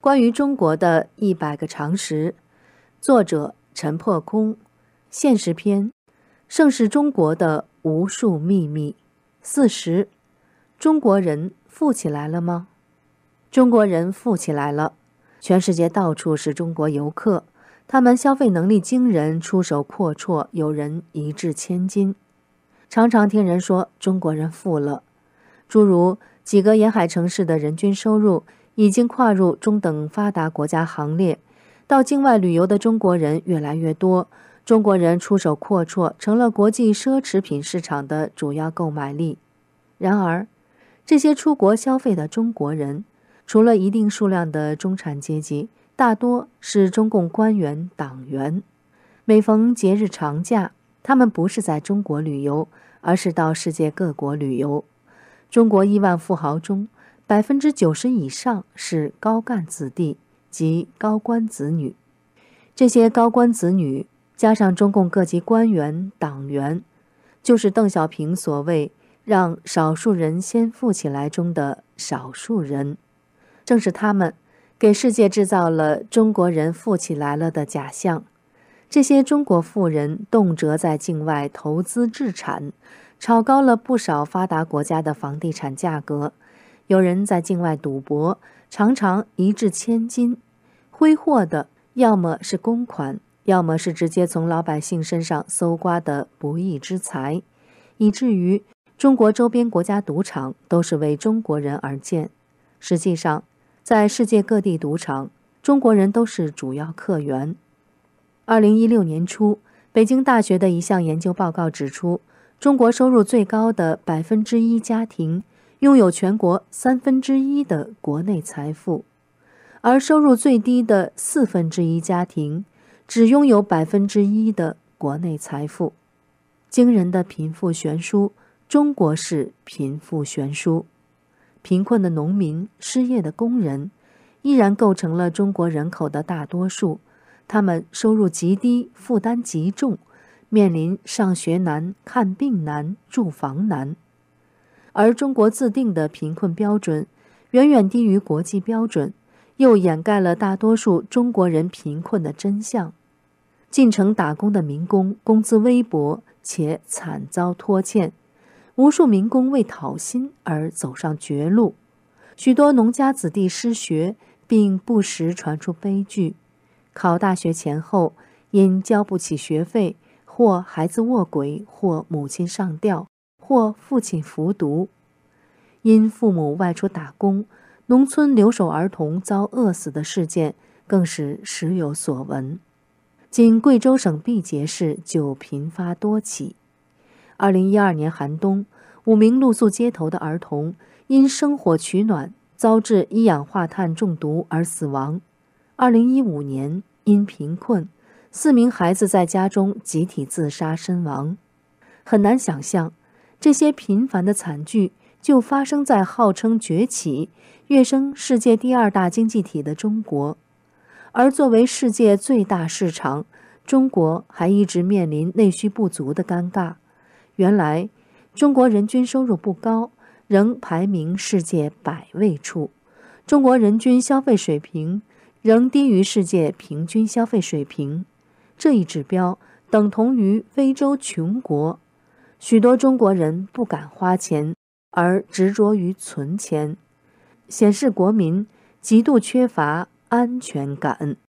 关于中国的100个常识，作者陈破空，现实篇，盛世中国的无数秘密。40，中国人富起来了吗？中国人富起来了，全世界到处是中国游客，他们消费能力惊人，出手阔绰，有人一掷千金。常常听人说中国人富了，诸如几个沿海城市的人均收入已经跨入中等发达国家行列，到境外旅游的中国人越来越多，中国人出手阔绰成了国际奢侈品市场的主要购买力。然而，这些出国消费的中国人，除了一定数量的中产阶级，大多是中共官员、党员。每逢节日长假，他们不是在中国旅游，而是到世界各国旅游。中国亿万富豪中，90%以上是高干子弟及高官子女。这些高官子女加上中共各级官员、党员，就是邓小平所谓让少数人先富起来中的少数人。正是他们给世界制造了中国人富起来了的假象。这些中国富人动辄在境外投资置产，炒高了不少发达国家的房地产价格。有人在境外赌博，常常一掷千金，挥霍的要么是公款，要么是直接从老百姓身上搜刮的不义之财，以至于中国周边国家赌场都是为中国人而建。实际上，在世界各地赌场，中国人都是主要客源。2016年初，北京大学的一项研究报告指出，中国收入最高的1%家庭拥有全国1/3的国内财富，而收入最低的1/4家庭只拥有1%的国内财富。惊人的贫富悬殊，中国式贫富悬殊。贫困的农民、失业的工人，依然构成了中国人口的大多数。他们收入极低，负担极重，面临上学难、看病难、住房难。而中国自定的贫困标准远远低于国际标准，又掩盖了大多数中国人贫困的真相。进城打工的民工工资微薄，且惨遭拖欠，无数民工为讨薪而走上绝路，许多农家子弟失学，并不时传出悲剧。考大学前后，因交不起学费，或孩子卧轨，或母亲上吊，或父亲服毒。因父母外出打工，农村留守儿童遭饿死的事件更是时有所闻。仅贵州省毕节市就频发多起。2012年寒冬，5名露宿街头的儿童因生火取暖，遭致一氧化碳中毒而死亡。2015年，因贫困，4名孩子在家中集体自杀身亡。很难想象，这些频繁的惨剧就发生在号称崛起、跃升世界第2大经济体的中国。而作为世界最大市场，中国还一直面临内需不足的尴尬。原来，中国人均收入不高，仍排名世界100位处。中国人均消费水平仍低于世界平均消费水平，这一指标等同于非洲穷国。许多中国人不敢花钱，而执着于存钱，显示国民极度缺乏安全感。